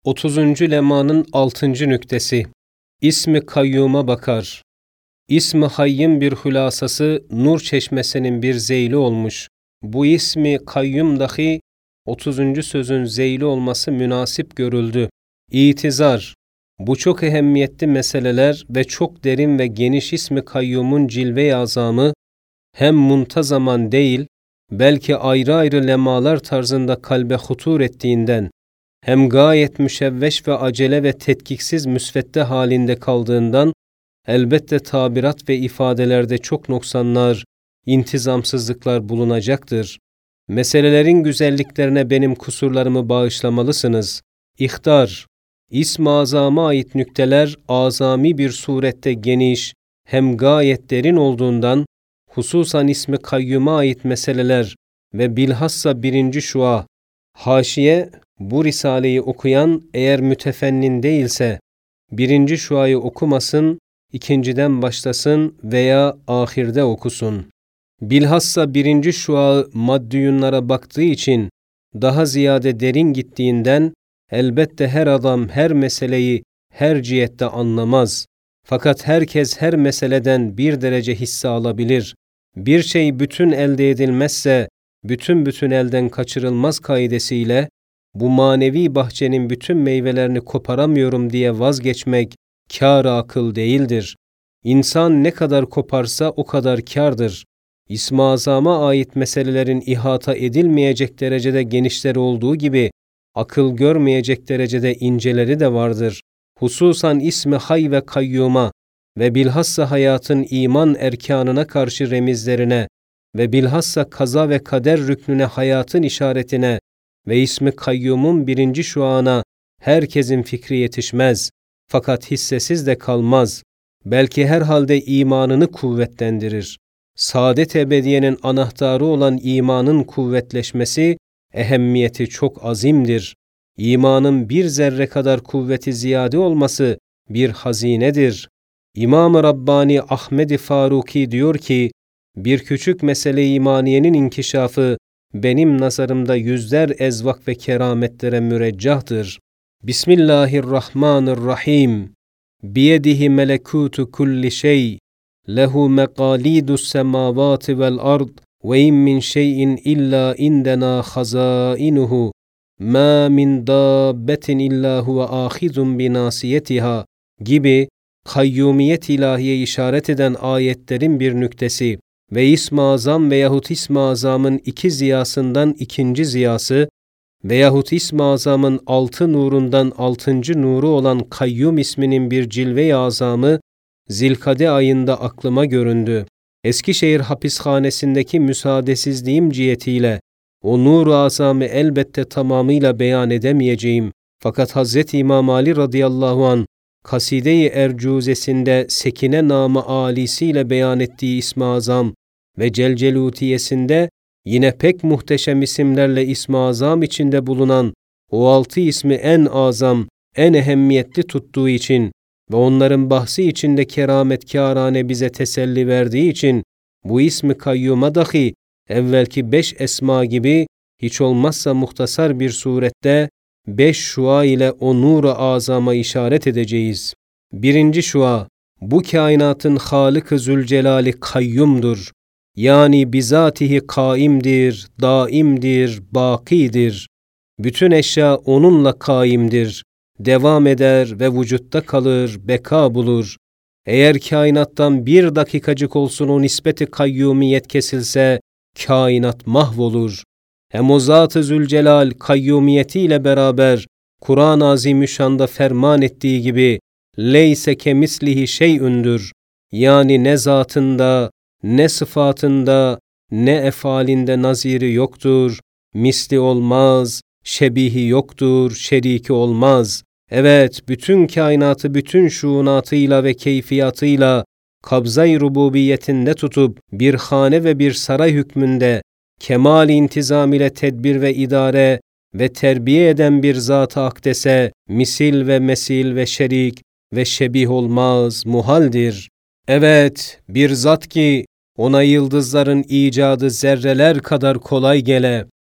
30. lemanın 6. nüktesi. İsmi kayyuma bakar. İsmi hayyim bir hülasası, nur çeşmesinin bir zeyli olmuş. Bu ismi kayyum dahi 30. sözün zeyli olması münasip görüldü. İtizar. Bu çok ehemmiyetli meseleler ve çok derin ve geniş ismi kayyumun cilve-i azamı hem muntazaman değil, belki ayrı ayrı lemalar tarzında kalbe hutur ettiğinden, hem gayet müşevveş ve acele ve tetkiksiz müsvedde halinde kaldığından, elbette tabirat ve ifadelerde çok noksanlar, intizamsızlıklar bulunacaktır. Meselelerin güzelliklerine benim kusurlarımı bağışlamalısınız. İhtar, İsm-i Azam'a ait nükteler azami bir surette geniş, hem gayet derin olduğundan, hususan ismi kayyuma ait meseleler ve bilhassa 1. şua, haşiye, bu risaleyi okuyan eğer mütefennin değilse, 1. şuayı okumasın, 2'den başlasın veya ahirde okusun. Bilhassa 1. şua maddiyunlara baktığı için, daha ziyade derin gittiğinden, elbette her adam her meseleyi her cihette anlamaz. Fakat herkes her meseleden bir derece hisse alabilir. Bir şey bütün elde edilmezse, bütün elden kaçırılmaz kaidesiyle, bu manevi bahçenin bütün meyvelerini koparamıyorum diye vazgeçmek, kâr-ı akıl değildir. İnsan ne kadar koparsa o kadar kârdır. İsm-i Azam'a ait meselelerin ihata edilmeyecek derecede genişleri olduğu gibi, akıl görmeyecek derecede inceleri de vardır. Hususan ismi hay ve kayyuma ve bilhassa hayatın iman erkanına karşı remizlerine ve bilhassa kaza ve kader rüknüne hayatın işaretine ve ismi kayyumun 1. şuana herkesin fikri yetişmez. Fakat hissesiz de kalmaz. Belki herhalde imanını kuvvetlendirir. Saadet ebediyenin anahtarı olan imanın kuvvetleşmesi, ehemmiyeti çok azimdir. İmanın bir zerre kadar kuvveti ziyade olması bir hazinedir. İmam-ı Rabbani Ahmed-i Faruki diyor ki, bir küçük mesele imaniyenin inkişafı benim nazarımda yüzler ezvak ve kerametlere müreccahtır. Bismillahirrahmanirrahim. Biyedihi melekutu kulli şey, lehu meqalidus semavati vel ard, ve in min şeyin illa indena hazainuhu, ma min dabbetin illa huve ahizun binasiyetiha gibi kayyumiyet ilahiye işaret eden ayetlerin bir nüktesi ve İsm-i Azam veyahut İsm-i Azam'ın 2 ziyasından 2. ziyası veyahut İsm-i Azam'ın 6 nurundan 6. nuru olan Kayyum isminin bir cilve-i azamı Zilkade ayında aklıma göründü. Eskişehir hapishanesindeki müsaadesizliğim cihetiyle o nur-u azamı elbette tamamıyla beyan edemeyeceğim. Fakat Hz. İmam Ali radıyallahu anh Kaside-i Ercuzesinde Sekine namı âlisiyle beyan ettiği İsm-i Azam ve Celcelutiyesinde yine pek muhteşem isimlerle İsm-i Azam içinde bulunan o 6 ismi en azam, en ehemmiyetli tuttuğu için ve onların bahsi içinde kerametkârane bize teselli verdiği için bu ismi kayyuma dahi evvelki 5 esma gibi hiç olmazsa muhtasar bir surette 5 şua ile o nur-u azama işaret edeceğiz. 1. şua, bu kainatın Halık-ı Zülcelali kayyumdur. Yani bizatihi kaimdir, daimdir, bakidir. Bütün eşya onunla kaimdir. Devam eder ve vücutta kalır, beka bulur. Eğer kainattan bir dakikacık olsun o nispeti kayyumiyet kesilse, kainat mahvolur. Hem o Zat-ı Zülcelal kayyumiyetiyle beraber Kur'an-ı Azimüşşan'da ferman ettiği gibi leyse kemislihi şey'ündür. Yani ne zatında, ne sıfatında, ne efalinde naziri yoktur, misli olmaz, şebihi yoktur, şeriki olmaz. Evet, bütün kainatı bütün şuunatıyla ve keyfiyatıyla kabza-i rububiyetinde tutup bir hane ve bir saray hükmünde kemal-i intizam ile tedbir ve idare ve terbiye eden bir zat-ı akdese misil ve mesil ve şerik ve şebih olmaz, muhaldir. Evet, bir zat ki ona yıldızların icadı zerreler kadar kolay gele,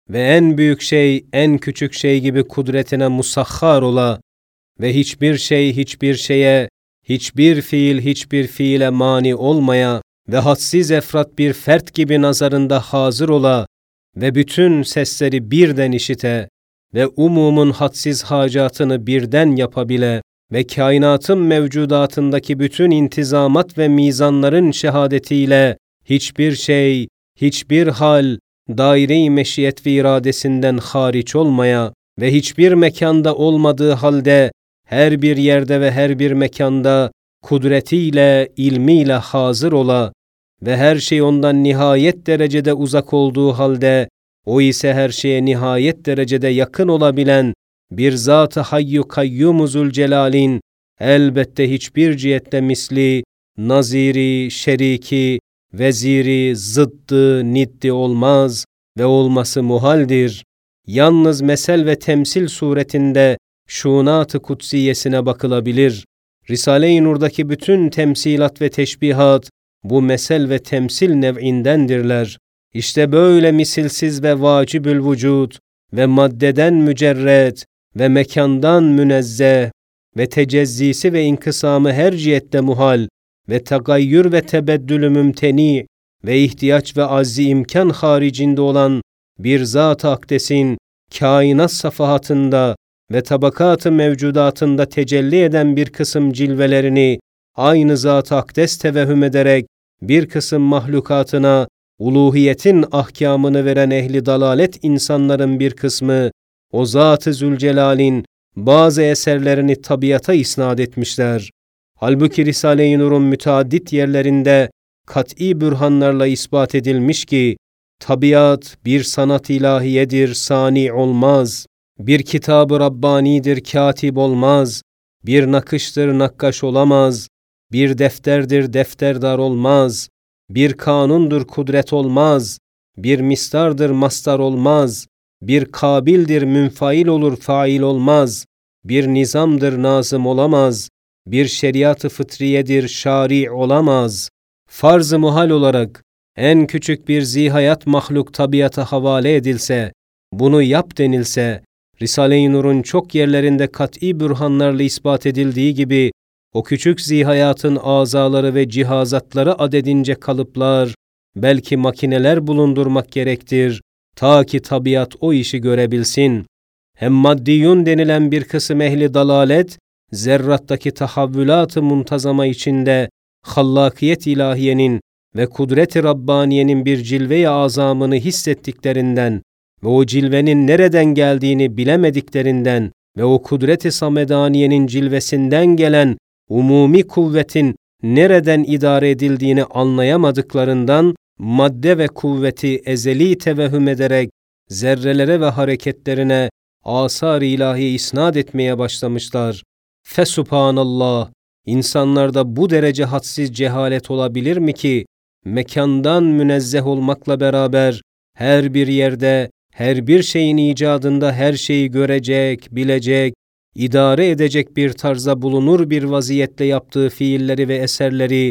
ve en büyük şey, en küçük şey gibi kudretine musahhar ola ve hiçbir şey, hiçbir şeye, hiçbir fiil, hiçbir fiile mani olmaya ve hadsiz efrat bir fert gibi nazarında hazır ola ve bütün sesleri birden işite ve umumun hadsiz hacatını birden yapabile ve kainatın mevcudatındaki bütün intizamat ve mizanların şehadetiyle hiçbir şey, hiçbir hal, daire-i meşiyet ve iradesinden hariç olmaya ve hiçbir mekanda olmadığı halde her bir yerde ve her bir mekanda kudretiyle, ilmiyle hazır ola ve her şey ondan nihayet derecede uzak olduğu halde o ise her şeye nihayet derecede yakın olabilen bir Zat-ı Hayyu Kayyum-u Zülcelal'in elbette hiçbir cihette misli, naziri, şeriki, veziri, zıddı, niddi olmaz ve olması muhaldir. Yalnız mesel ve temsil suretinde şunat-ı kutsiyesine bakılabilir. Risale-i Nur'daki bütün temsilat ve teşbihat bu mesel ve temsil nev'indendirler. İşte böyle misilsiz ve vacibül vücud ve maddeden mücerred ve mekandan münezzeh ve tecezzisi ve inkısamı her cihette muhal ve tagayyür ve tebeddülü mümteni ve ihtiyaç ve azzi imkan haricinde olan bir Zat-ı Akdes'in kainat safahatında ve tabakat-ı mevcudatında tecelli eden bir kısım cilvelerini aynı Zat-ı Akdes tevehhüm ederek bir kısım mahlukatına uluhiyetin ahkamını veren ehli dalalet insanların bir kısmı o Zat-ı Zülcelal'in bazı eserlerini tabiata isnat etmişler. Halbuki Risale-i Nur'un müteaddit yerlerinde kat'i bürhanlarla ispat edilmiş ki tabiat bir sanat ilahiyedir, sani olmaz. Bir kitab-ı Rabbani'dir, katip olmaz. Bir nakıştır, nakkaş olamaz. Bir defterdir, defterdar olmaz. Bir kanundur, kudret olmaz. Bir mistardır, mastar olmaz. Bir kabildir, münfail olur, fail olmaz. Bir nizamdır, nazım olamaz. Bir şeriat-ı fıtriyedir, şari olamaz. Farz-ı muhal olarak en küçük bir zihayat mahluk tabiata havale edilse, bunu yap denilse, Risale-i Nur'un çok yerlerinde kat'i bürhanlarla ispat edildiği gibi, o küçük zihayatın azaları ve cihazatları adedince kalıplar, belki makineler bulundurmak gerektir, ta ki tabiat o işi görebilsin. Hem maddiyun denilen bir kısım ehli dalalet, zerrattaki tahavvülat-ı muntazama içinde, hallakiyet ilahiyenin ve kudret-i Rabbaniye'nin bir cilve-i azamını hissettiklerinden ve o cilvenin nereden geldiğini bilemediklerinden ve o kudret-i samedaniyenin cilvesinden gelen umumi kuvvetin nereden idare edildiğini anlayamadıklarından madde ve kuvveti ezeli tevehhüm ederek zerrelere ve hareketlerine asar-ı ilahi isnat etmeye başlamışlar. Fesubhanallah! İnsanlarda bu derece hadsiz cehalet olabilir mi ki, mekandan münezzeh olmakla beraber her bir yerde, her bir şeyin icadında her şeyi görecek, bilecek, idare edecek bir tarzda bulunur bir vaziyetle yaptığı fiilleri ve eserleri,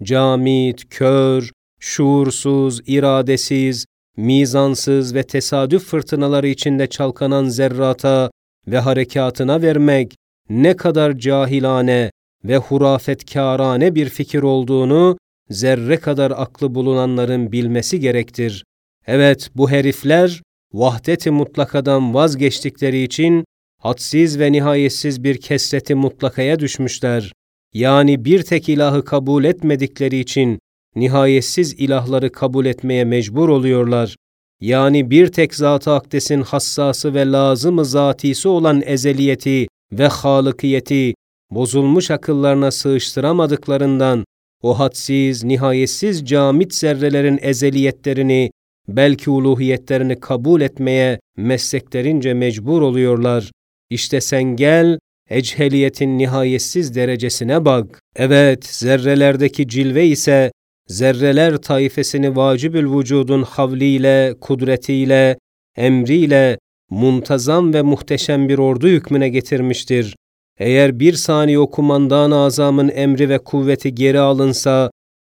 camit, kör, şuursuz, iradesiz, mizansız ve tesadüf fırtınaları içinde çalkanan zerrata ve harekatına vermek, ne kadar cahilane ve hurafetkârane bir fikir olduğunu zerre kadar aklı bulunanların bilmesi gerektir. Evet, bu herifler vahdet-i mutlakadan vazgeçtikleri için hadsiz ve nihayetsiz bir kesret-i mutlakaya düşmüşler. Yani bir tek ilahı kabul etmedikleri için nihayetsiz ilahları kabul etmeye mecbur oluyorlar. Yani bir tek Zat-ı Akdes'in hassası ve lazım-ı zatisi olan ezeliyeti ve halıkiyeti bozulmuş akıllarına sığıştıramadıklarından o hadsiz, nihayetsiz camit zerrelerin ezeliyetlerini, belki uluhiyetlerini kabul etmeye mesleklerince mecbur oluyorlar. İşte sen gel, echeliyetin nihayetsiz derecesine bak. Evet, zerrelerdeki cilve ise, zerreler taifesini vacibül vücudun havliyle, kudretiyle, emriyle, muntazam ve muhteşem bir ordu hükmüne getirmiştir. Eğer bir saniye o kumandan-ı azamın emri ve kuvveti geri alınsa,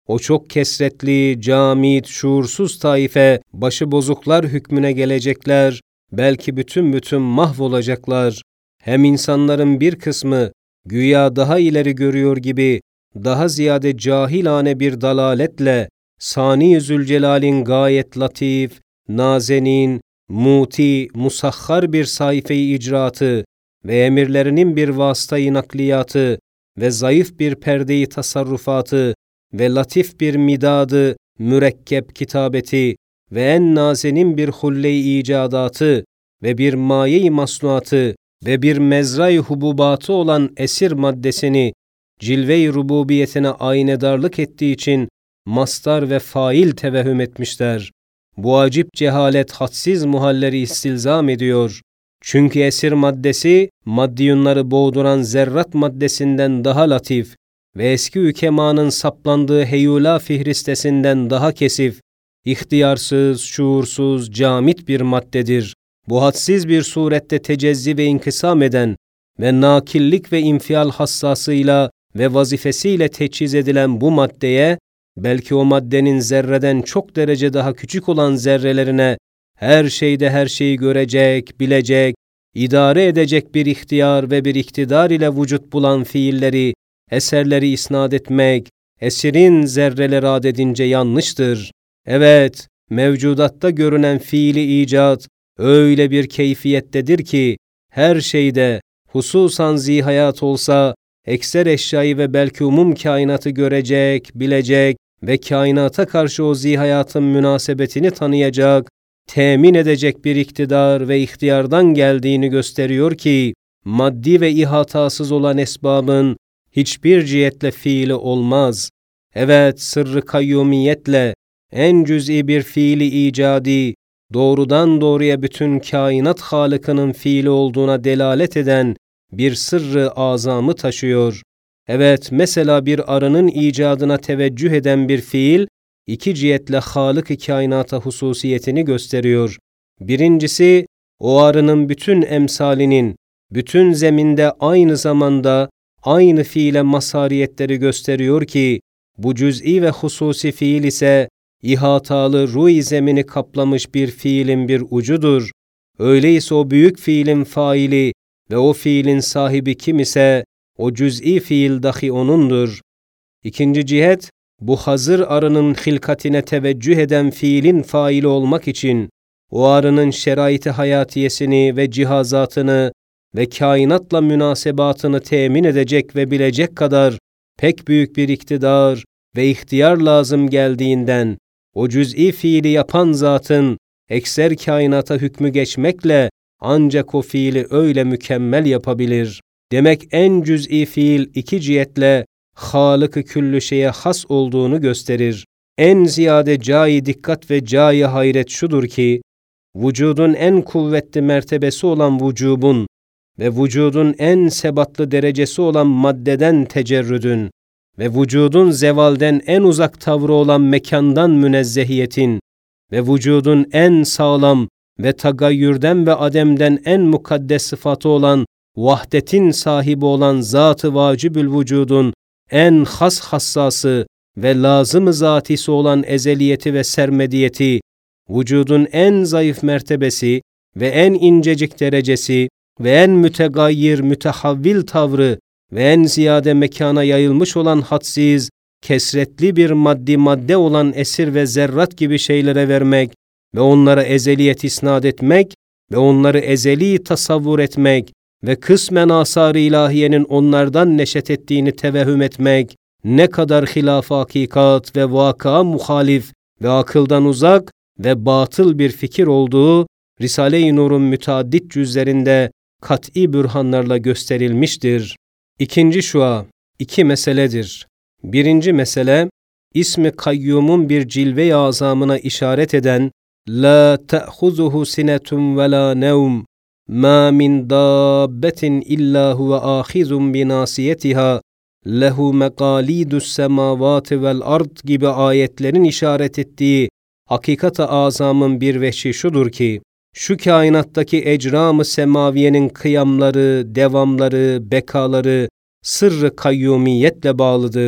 o çok kesretli, camit, şuursuz taife, başıbozuklar hükmüne gelecekler, belki bütün mahvolacaklar. Hem insanların bir kısmı, güya daha ileri görüyor gibi, daha ziyade cahilane bir dalaletle, Sani Zülcelal'in gayet latif, nazenin, muti, musahhar bir sayfe-i icraatı ve emirlerinin bir vasıta-i nakliyatı ve zayıf bir perde-i tasarrufatı ve latif bir midadı, mürekkep kitabeti ve en nazenin bir hulle-i icadatı ve bir maye-i masnuatı ve bir mezra-i hububatı olan esir maddesini cilve-i rububiyetine aynedarlık ettiği için mastar ve fail tevehhüm etmişler. Bu acip cehalet hadsiz muhalleri istilzam ediyor. Çünkü esir maddesi, maddiyunları boğduran zerrat maddesinden daha latif ve eski ükemanın saplandığı heyula fihristesinden daha kesif, ihtiyarsız, şuursuz, camit bir maddedir. Bu hadsiz bir surette tecezzi ve inkısam eden ve nakillik ve infial hassasıyla ve vazifesiyle teçhiz edilen bu maddeye, belki o maddenin zerreden çok derece daha küçük olan zerrelerine, her şeyde her şeyi görecek, bilecek, idare edecek bir ihtiyar ve bir iktidar ile vücut bulan fiilleri, eserleri isnat etmek, esirin zerreleri adedince yanlıştır. Evet, mevcudatta görünen fiili icat, öyle bir keyfiyettedir ki, her şeyde, hususan zihayat olsa, ekser eşyayı ve belki umum kainatı görecek, bilecek ve kainata karşı o zihayatın münasebetini tanıyacak, temin edecek bir iktidar ve ihtiyardan geldiğini gösteriyor ki, maddi ve ihatasız olan esbabın hiçbir cihetle fiili olmaz. Evet, sırrı kayyumiyetle, en cüz'i bir fiili icadi, doğrudan doğruya bütün kainat Halık'ının fiili olduğuna delalet eden bir sırrı azamı taşıyor. Evet, mesela bir arının icadına teveccüh eden bir fiil, iki cihetle Halık-ı kainata hususiyetini gösteriyor. Birincisi, o arının bütün emsalinin, bütün zeminde aynı zamanda aynı fiile masariyetleri gösteriyor ki, bu cüz'i ve hususi fiil ise, ihatalı ruh-i zemini kaplamış bir fiilin bir ucudur. Öyleyse o büyük fiilin faili ve o fiilin sahibi kim ise, o cüz'i fiil dahi onundur. İkinci cihet, bu hazır arının hilkatine teveccüh eden fiilin faili olmak için, o arının şerait-i hayatiyesini ve cihazatını ve kainatla münasebatını temin edecek ve bilecek kadar pek büyük bir iktidar ve ihtiyar lazım geldiğinden, o cüz'i fiili yapan zatın ekser kainata hükmü geçmekle ancak o fiili öyle mükemmel yapabilir. Demek en cüz'i fiil iki cihetle Halık-ı küllü şeye has olduğunu gösterir. En ziyade cai dikkat ve cai hayret şudur ki, vücudun en kuvvetli mertebesi olan vücubun ve vücudun en sebatlı derecesi olan maddeden tecerrüdün ve vücudun zevalden en uzak tavrı olan mekandan münezzehiyetin ve vücudun en sağlam ve tagayyürden ve ademden en mukaddes sıfatı olan vahdetin sahibi olan zat-ı vacibül vücudun en has hassası ve lazım-ı zatisi olan ezeliyeti ve sermediyeti, vücudun en zayıf mertebesi ve en incecik derecesi ve en mütegayyir, mütehavvil tavrı ve en ziyade mekana yayılmış olan hadsiz, kesretli bir madde olan esir ve zerrat gibi şeylere vermek ve onlara ezeliyet isnat etmek ve onları ezeli tasavvur etmek ve kısmen asar-ı ilahiyenin onlardan neşet ettiğini tevehhüm etmek, ne kadar hilaf-ı hakikat ve vaka muhalif ve akıldan uzak ve batıl bir fikir olduğu, Risale-i Nur'un müteaddit cüzlerinde kat'i bürhanlarla gösterilmiştir. İkinci şua, iki meseledir. Birinci mesele, ismi kayyumun bir cilve-i azamına işaret eden La te'huzuhu sinetun ve la nevm ma min dabbetin illa huve ahizun binasiyetiha lehu meqalidus semavati vel ard gibi ayetlerin işaret ettiği hakikat-ı azamın bir veçhi şudur ki, şu kainattaki ecram-ı semaviyenin kıyamları, devamları, bekaları, sırrı kayyumiyetle bağlıdır.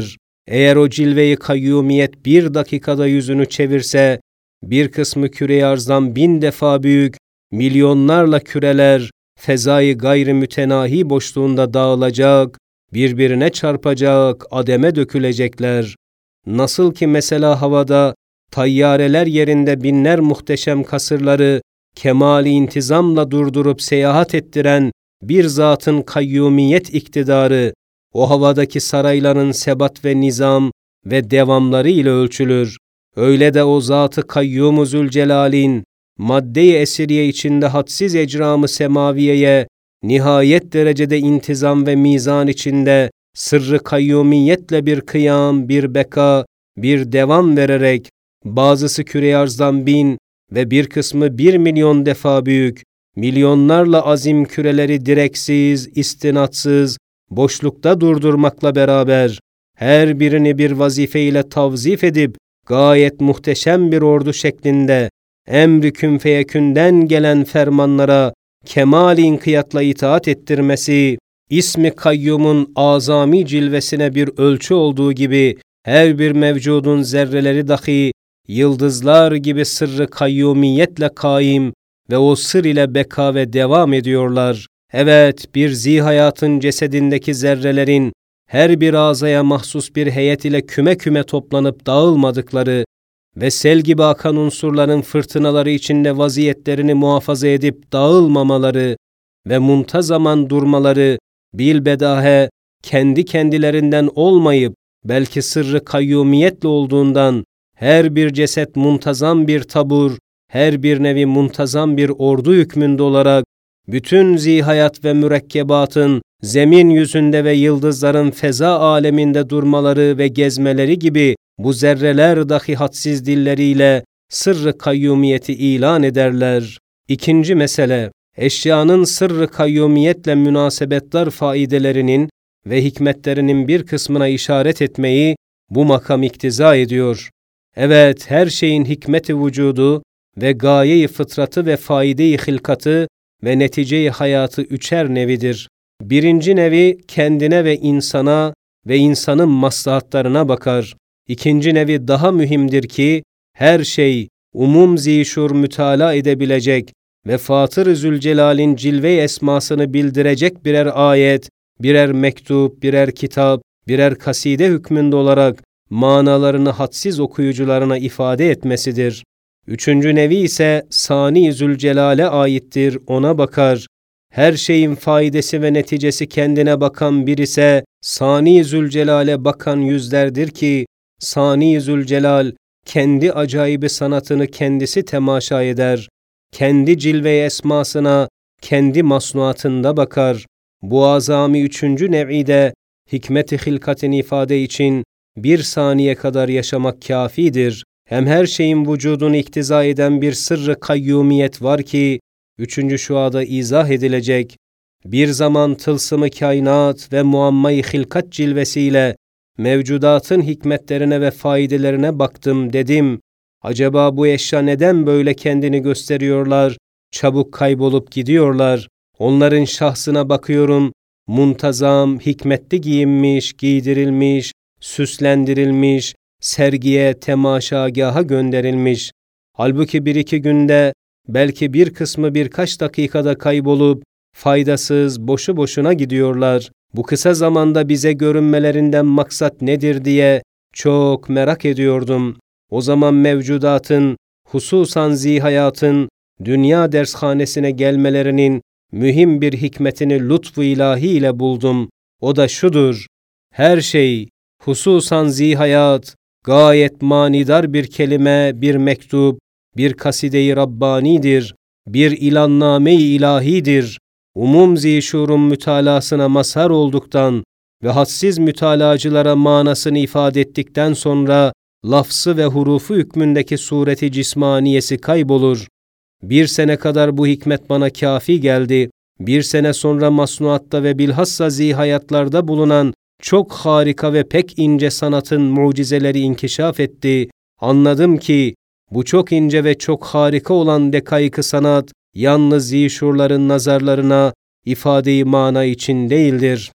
Eğer o cilve-i kayyumiyet bir dakikada yüzünü çevirse, bir kısmı küre-i arzdan 1000 defa büyük, milyonlarla küreler, fezai gayri mütenahi boşluğunda dağılacak, birbirine çarpacak, ademe dökülecekler. Nasıl ki mesela havada, tayyareler yerinde binler muhteşem kasırları, kemali intizamla durdurup seyahat ettiren bir zatın kayyumiyet iktidarı, o havadaki sarayların sebat ve nizam ve devamları ile ölçülür. Öyle de o Zat-ı Kayyum-u Zülcelal'in madde-i esiriye içinde hadsiz ecram-ı semaviyeye nihayet derecede intizam ve mizan içinde sırrı kayyumiyetle bir kıyam, bir beka, bir devam vererek bazısı küre-i arzdan 1000 ve bir kısmı 1 milyon defa büyük, milyonlarla azim küreleri direksiz, istinatsız, boşlukta durdurmakla beraber her birini bir vazife ile tavzif edip gayet muhteşem bir ordu şeklinde emr-i kün feyekünden gelen fermanlara kemal-i inkiyatla itaat ettirmesi, İsmi Kayyum'un azami cilvesine bir ölçü olduğu gibi her bir mevcudun zerreleri dahi yıldızlar gibi sırrı kayyumiyetle kaim ve o sır ile beka ve devam ediyorlar. Evet, bir zihayatın cesedindeki zerrelerin her bir azaya mahsus bir heyet ile küme küme toplanıp dağılmadıkları ve sel gibi akan unsurların fırtınaları içinde vaziyetlerini muhafaza edip dağılmamaları ve muntazaman durmaları bilbedahe kendi kendilerinden olmayıp belki sırrı kayyumiyetle olduğundan her bir ceset muntazam bir tabur, her bir nevi muntazam bir ordu hükmünde olarak bütün zihayat ve mürekkebatın zemin yüzünde ve yıldızların feza aleminde durmaları ve gezmeleri gibi bu zerreler dahi hadsiz dilleriyle sırrı kayyumiyeti ilan ederler. İkinci mesele, eşyanın sırrı kayyumiyetle münasebetler faidelerinin ve hikmetlerinin bir kısmına işaret etmeyi bu makam iktiza ediyor. Evet, her şeyin hikmeti vücudu ve gaye-i fıtratı ve faide-i hilkatı ve netice-i hayatı üçer nevidir. Birinci nevi kendine ve insana ve insanın maslahatlarına bakar. İkinci nevi daha mühimdir ki her şey umum zişur mütalaa edebilecek ve Fatır-ı Zülcelal'in cilve-i esmasını bildirecek birer ayet, birer mektup, birer kitap, birer kaside hükmünde olarak manalarını hadsiz okuyucularına ifade etmesidir. Üçüncü nevi ise Sani-i Zülcelal'e aittir, ona bakar. Her şeyin faidesi ve neticesi kendine bakan bir ise Sani-i Zülcelal'e bakan yüzlerdir ki Sani-i Zülcelal kendi acayibi sanatını kendisi temaşa eder. Kendi cilve-i esmasına kendi masnuatında bakar. Bu azami üçüncü nev'i de hikmet-i hilkatini ifade için bir saniye kadar yaşamak kâfidir. Hem her şeyin vücudunu iktiza eden bir sırrı kayyumiyet var ki, üçüncü şuada izah edilecek. Bir zaman tılsımı kainat ve muamma-i hilkat cilvesiyle mevcudatın hikmetlerine ve faydelerine baktım dedim. Acaba bu eşya neden böyle kendini gösteriyorlar, çabuk kaybolup gidiyorlar? Onların şahsına bakıyorum, muntazam, hikmetli giyinmiş, giydirilmiş, süslendirilmiş, sergiye, temaşagaha gönderilmiş. Halbuki bir iki günde, belki bir kısmı birkaç dakikada kaybolup, faydasız, boşu boşuna gidiyorlar. Bu kısa zamanda bize görünmelerinden maksat nedir diye çok merak ediyordum. O zaman mevcudatın, hususan zihayatın, dünya dershanesine gelmelerinin mühim bir hikmetini lütfu ilahi ile buldum. O da şudur: her şey, hususan zihayat, gayet manidar bir kelime, bir mektup, bir kaside-i Rabbani'dir, bir ilanname-i ilahidir. Umum zişurun mütalasına mazhar olduktan ve hadsiz mütalacılara manasını ifade ettikten sonra lafzı ve hurufu hükmündeki sureti cismaniyesi kaybolur. Bir sene kadar bu hikmet bana kafi geldi. Bir sene sonra masnuatta ve bilhassa zihayatlarda bulunan çok harika ve pek ince sanatın mucizeleri inkişaf etti. Anladım ki bu çok ince ve çok harika olan dekayık-ı sanat yalnız zişurların nazarlarına ifade-i mana için değildir.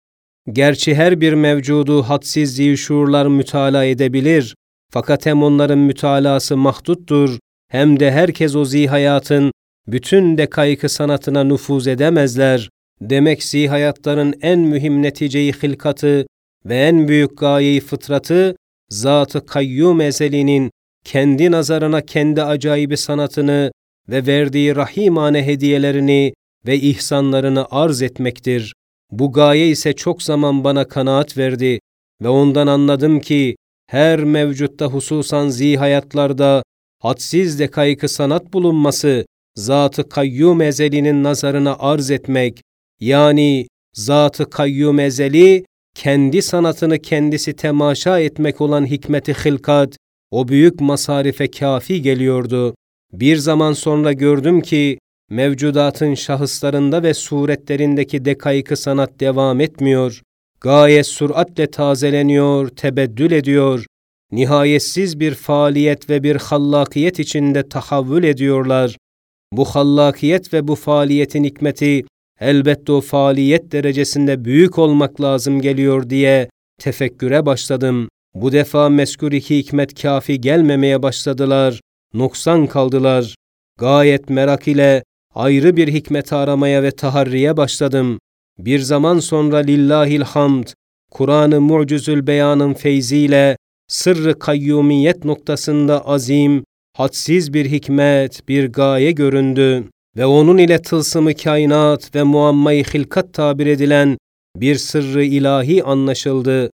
Gerçi her bir mevcudu hadsiz zişuurlar mütalaa edebilir. Fakat hem onların mütalası mahduttur, hem de herkes o zihayatın bütün dekaik sanatına nüfuz edemezler. Demek zihayatların en mühim neticeyi hilkatı ve en büyük gayeyi fıtratı, Zat-ı Kayyum Ezeli'nin kendi nazarına kendi acayibi sanatını ve verdiği rahimane hediyelerini ve ihsanlarını arz etmektir. Bu gaye ise çok zaman bana kanaat verdi ve ondan anladım ki her mevcutta hususan zihayatlarda hadsiz dekaik sanat bulunması, Zat-ı Kayyum Ezeli'nin nazarına arz etmek, yani Zat-ı Kayyum Ezeli, kendi sanatını kendisi temaşa etmek olan hikmeti hilkat, o büyük masarife kafi geliyordu. Bir zaman sonra gördüm ki, mevcudatın şahıslarında ve suretlerindeki dekaik sanat devam etmiyor. Gayet süratle tazeleniyor, tebeddül ediyor. Nihayetsiz bir faaliyet ve bir hallakiyet içinde tahavvül ediyorlar. Bu hallakiyet ve bu faaliyetin hikmeti, elbette o faaliyet derecesinde büyük olmak lazım geliyor diye tefekküre başladım. Bu defa mezkur iki hikmet kafi gelmemeye başladılar, noksan kaldılar. Gayet merak ile ayrı bir hikmet aramaya ve taharriye başladım. Bir zaman sonra lillahil hamd, Kur'an-ı Mu'cizül Beyan'ın feyziyle sırrı kayyumiyet noktasında azim, hadsiz bir hikmet, bir gaye göründü ve onun ile tılsımı kainat ve muamma-i hilkat tabir edilen bir sırrı ilahi anlaşıldı.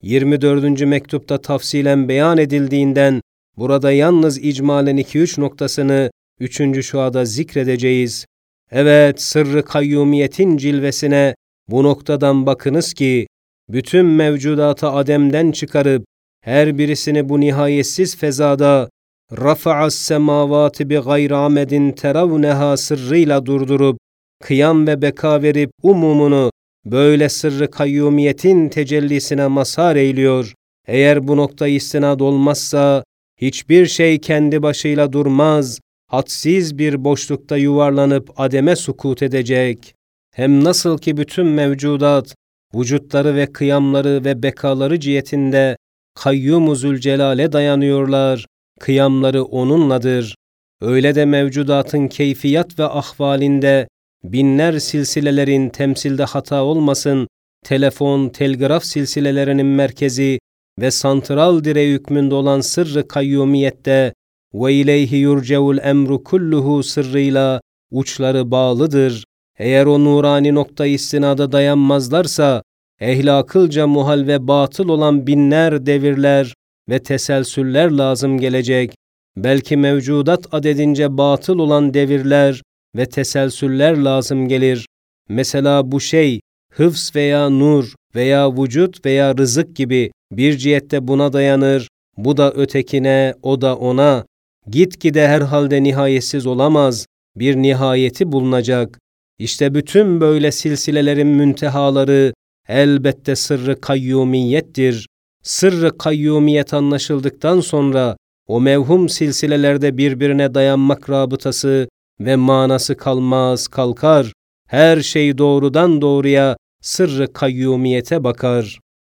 24. mektupta tafsilen beyan edildiğinden burada yalnız icmalen 2-3 noktasını 3. şuada zikredeceğiz. Evet, sırrı kayyumiyetin cilvesine bu noktadan bakınız ki, bütün mevcudatı Adem'den çıkarıp, her birisini bu nihayetsiz fezada, rafa'as semavati bi gayri amedin teravneha sırrıyla durdurup, kıyam ve beka verip umumunu, böyle sırrı kayyumiyetin tecellisine mazhar eyliyor. Eğer bu nokta istinad olmazsa, hiçbir şey kendi başıyla durmaz, hadsiz bir boşlukta yuvarlanıp ademe sukut edecek. Hem nasıl ki bütün mevcudat, vücutları ve kıyamları ve bekaları cihetinde Kayyum-u Zülcelal'e dayanıyorlar, kıyamları onunladır. Öyle de mevcudatın keyfiyat ve ahvalinde binler silsilelerin temsilde hata olmasın, telefon, telgraf silsilelerinin merkezi ve santral direği hükmünde olan sırrı kayyumiyette ve ileyhi yurceul emru kulluhu sırrıyla uçları bağlıdır. Eğer o nurani nokta istinada dayanmazlarsa, ehli akılca muhal ve batıl olan binler devirler ve teselsüller lazım gelecek. Belki mevcudat adedince batıl olan devirler ve teselsüller lazım gelir. Mesela bu şey, hıfz veya nur veya vücut veya rızık gibi bir cihette buna dayanır, bu da ötekine, o da ona. Gitgide herhalde nihayetsiz olamaz, bir nihayeti bulunacak. İşte bütün böyle silsilelerin müntehaları elbette sırrı kayyumiyettir. Sırrı kayyumiyet anlaşıldıktan sonra o mevhum silsilelerde birbirine dayanmak rabıtası ve manası kalmaz, kalkar. Her şey doğrudan doğruya sırrı kayyumiyete bakar.